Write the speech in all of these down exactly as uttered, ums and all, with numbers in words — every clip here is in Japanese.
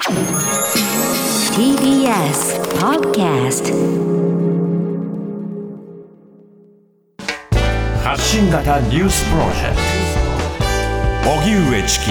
ティービーエス Podcast 発信型ニュースプロジェクト荻上チキ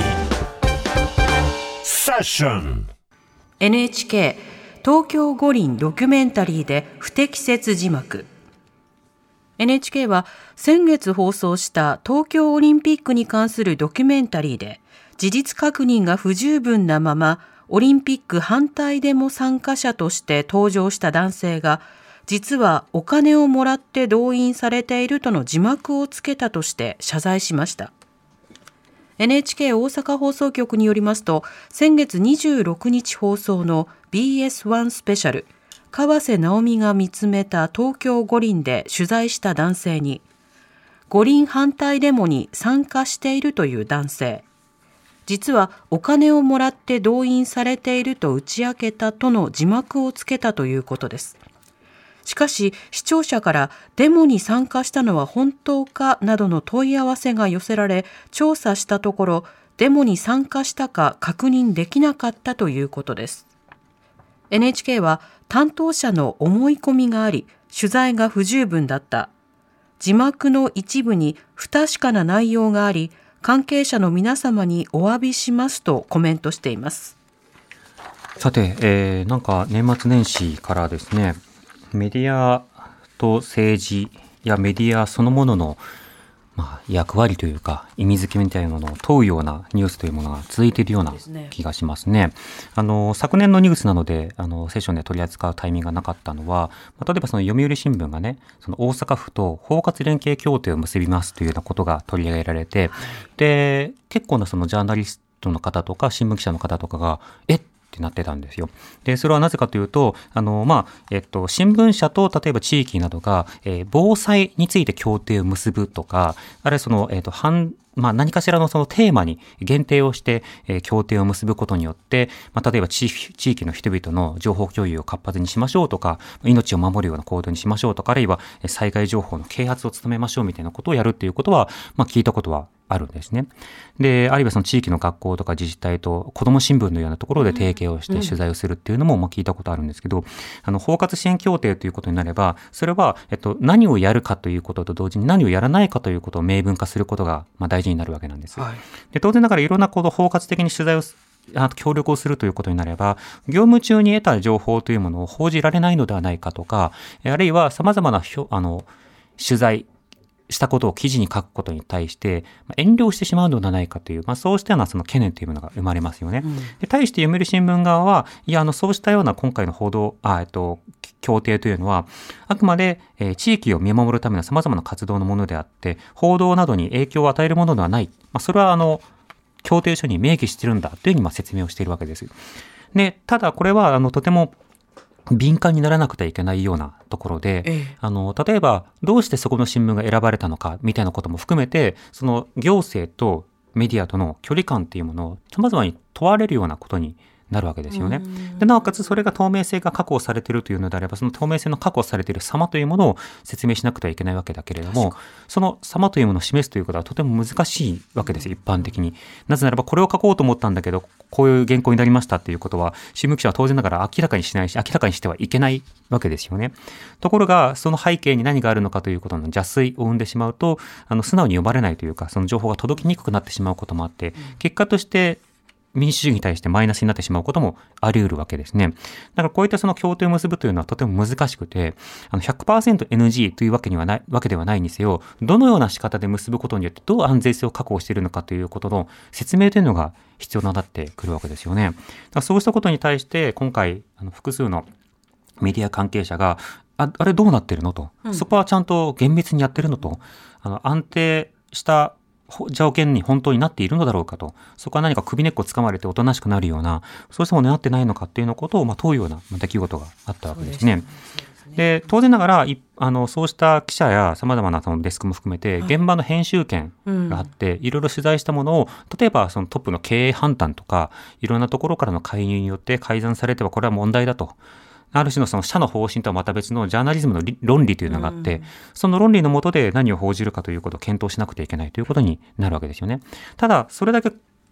セッションエヌエイチケー 東京五輪ドキュメンタリーで不適切字幕。 エヌエイチケー は先月放送した東京オリンピックに関するドキュメンタリーで事実確認が不十分なままオリンピック反対デモ参加者として登場した男性が実はお金をもらって動員されているとの字幕をつけたとして謝罪しました。エヌエイチケー 大阪放送局によりますと、先月にじゅうろくにち放送の ビーエスワン スペシャル川瀬直美が見つめた東京五輪で取材した男性に、五輪反対デモに参加しているという男性、実はお金をもらって動員されていると打ち明けたとの字幕をつけたということです。しかし視聴者からデモに参加したのは本当かなどの問い合わせが寄せられ、調査したところデモに参加したか確認できなかったということです。 エヌエイチケー は担当者の思い込みがあり取材が不十分だった、字幕の一部に不確かな内容があり関係者の皆様にお詫びしますとコメントしています。 さて、えー、なんか年末年始からですね、メディアと政治やメディアそのものの、まあ、役割というか意味付けみたいなものを問うようなニュースというものが続いているような気がしますね。あの昨年のニュースなのであのセッションで取り扱うタイミングがなかったのは、例えばその読売新聞がね、その大阪府と包括連携協定を結びますというようなことが取り上げられて、で結構なそのジャーナリストの方とか新聞記者の方とかがえっってなってたんですよ。で、それはなぜかというと、あの、まあ、えっと、新聞社と例えば地域などが、えー、防災について協定を結ぶとか、あるいはその、えっと、反まあ、何かしらのそのテーマに限定をして、えー、協定を結ぶことによって、まあ、例えば地域、地域の人々の情報共有を活発にしましょうとか、命を守るような行動にしましょうとか、あるいは災害情報の啓発を努めましょうみたいなことをやるっていうことは、まあ、聞いたことはあるんですね。で、あるいはその地域の学校とか自治体と子ども新聞のようなところで提携をして取材をするっていうのもまあ聞いたことあるんですけど、あの包括支援協定ということになれば、それはえっと何をやるかということと同時に何をやらないかということを明文化することがまあ大事になるわけなんです。はい、で当然ながらいろんなこの包括的に取材をあ協力をするということになれば、業務中に得た情報というものを報じられないのではないかとか、あるいは様々なあの取材したことを記事に書くことに対して遠慮してしまうのではないかという、まあ、そうしたようなその懸念というものが生まれますよね。うん、で対して読売新聞側はいやあのそうしたような今回の報道あ、えっと、協定というのはあくまで、えー、地域を見守るための様々な活動のものであって報道などに影響を与えるものではない、まあ、それはあの協定書に明記しているんだというふうにまあ説明をしているわけです。でただこれはあのとても敏感にならなくてはいけないようなところで、ええ、あの例えばどうしてそこの新聞が選ばれたのかみたいなことも含めて、その行政とメディアとの距離感っていうものを様々に問われるようなことになるわけですよね。でなおかつそれが透明性が確保されているというのであれば、その透明性の確保されている様というものを説明しなくてはいけないわけだけれども、その様というものを示すということはとても難しいわけです、一般的に。なぜならばこれを書こうと思ったんだけどこういう原稿になりましたっていうことは新聞記者は当然ながら明らかにしないし明らかにしてはいけないわけですよね。ところがその背景に何があるのかということの邪推を生んでしまうと、あの素直に読まれないというか、その情報が届きにくくなってしまうこともあって、結果として民主主義に対してマイナスになってしまうこともあり得るわけですね。だからこういったその協定を結ぶというのはとても難しくて、あの ひゃくパーセントエヌジー というわけにはないわけではないにせよ、どのような仕方で結ぶことによってどう安全性を確保しているのかということの説明というのが必要になってくるわけですよね。だからそうしたことに対して今回あの複数のメディア関係者があ、あれどうなってるのと、うん、そこはちゃんと厳密にやってるのと、あの安定した条件に本当になっているのだろうかと、そこは何か首根っこつかまれておとなしくなるような、そうしたものになってないのかっていうのことを、まあ、問うような出来事があったわけですね。で当然ながらいあのそうした記者やさまざまなそのデスクも含めて現場の編集権があって、はい、いろいろ取材したものを例えばそのトップの経営判断とかいろんなところからの介入によって改ざんされてはこれは問題だと、ある種のその社の方針とはまた別のジャーナリズムの論理というのがあって、うん、その論理の下で何を報じるかということを検討しなくてはいけないということになるわけですよね。ただそれだけ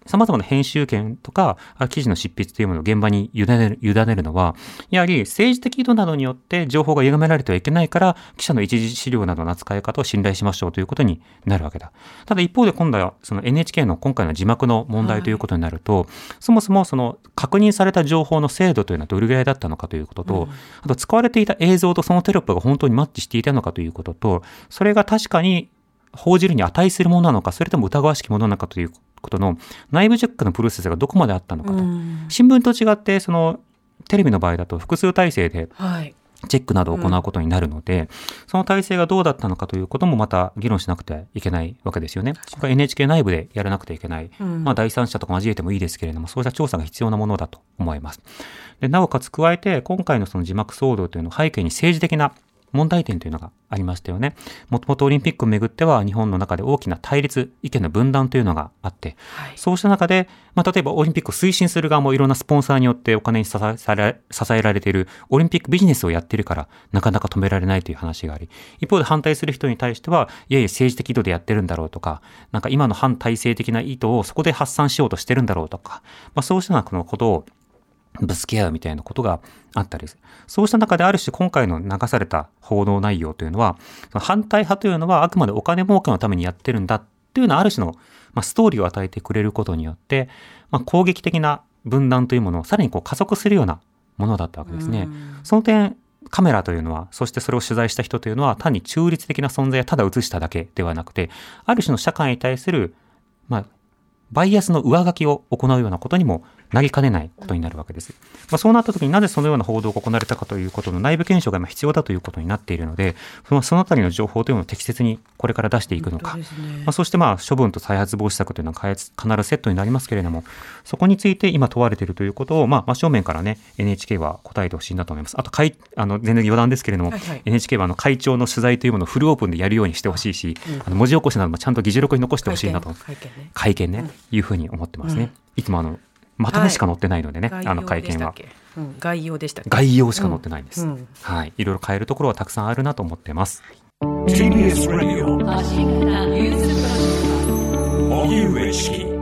様々な編集権とか、記事の執筆というものを現場に委ねる、委ねるのは、やはり政治的意図などによって情報が歪められてはいけないから、記者の一時資料などの扱い方を信頼しましょうということになるわけだ。ただ一方で今度は、その エヌエイチケー の今回の字幕の問題ということになると、はい、そもそもその確認された情報の精度というのはどれぐらいだったのかということと、うん、あと使われていた映像とそのテロップが本当にマッチしていたのかということと、それが確かに報じるに値するものなのか、それとも疑わしきものなのかということの内部チェックのプロセスがどこまであったのかと。新聞と違って、そのテレビの場合だと複数体制でチェックなどを行うことになるので、うん、その体制がどうだったのかということもまた議論しなくてはいけないわけですよね。これ エヌエイチケー 内部でやらなくてはいけない。うん、まあ第三者とか交えてもいいですけれども、そうした調査が必要なものだと思います。で、なおかつ加えて、今回のその字幕騒動というのを背景に政治的な問題点というのがありましたよね。もともとオリンピックをめぐっては日本の中で大きな対立、意見の分断というのがあって、はい、そうした中で、まあ、例えばオリンピックを推進する側もいろんなスポンサーによってお金に支え、支えられているオリンピックビジネスをやっているからなかなか止められないという話があり、一方で反対する人に対しては、いやいや政治的意図でやってるんだろうとか、なんか今の反体制的な意図をそこで発散しようとしてるんだろうとか、まあ、そうしたこのことをぶつけ合うみたいなことがあったりする。そうした中である種今回の流された報道内容というのは、反対派というのはあくまでお金儲けのためにやってるんだというようなある種のストーリーを与えてくれることによって、まあ、攻撃的な分断というものをさらにこう加速するようなものだったわけですね。その点、カメラというのは、そしてそれを取材した人というのは単に中立的な存在をただ映しただけではなくて、ある種の社会に対する、まあ、バイアスの上書きを行うようなことにもなりかねないことになるわけです。まあ、そうなった時になぜそのような報道が行われたかということの内部検証が今必要だということになっているので、その、そのあたりの情報というのを適切にこれから出していくのか。ね、まあ、そしてまあ処分と再発防止策というのは必ずセットになりますけれども、そこについて今問われているということを、まあ、真正面からね、エヌエイチケー は答えてほしいなと思います。あと、会あの全然余談ですけれども、はいはい、エヌエイチケー はあの会長の取材というものをフルオープンでやるようにしてほしいし、うん、あの文字起こしなどもちゃんと議事録に残してほしいなと、会見ね、会見ね、うん、いうふうに思ってますね。うん、いつもあのまとめしか載ってないのでね、はい、あの会見は、 うん、概要でしたっけ。 概要しか載ってないんです、うんうん、はい、いろいろ変えるところはたくさんあるなと思ってます。 ティービーエス ラジオ荻上チキ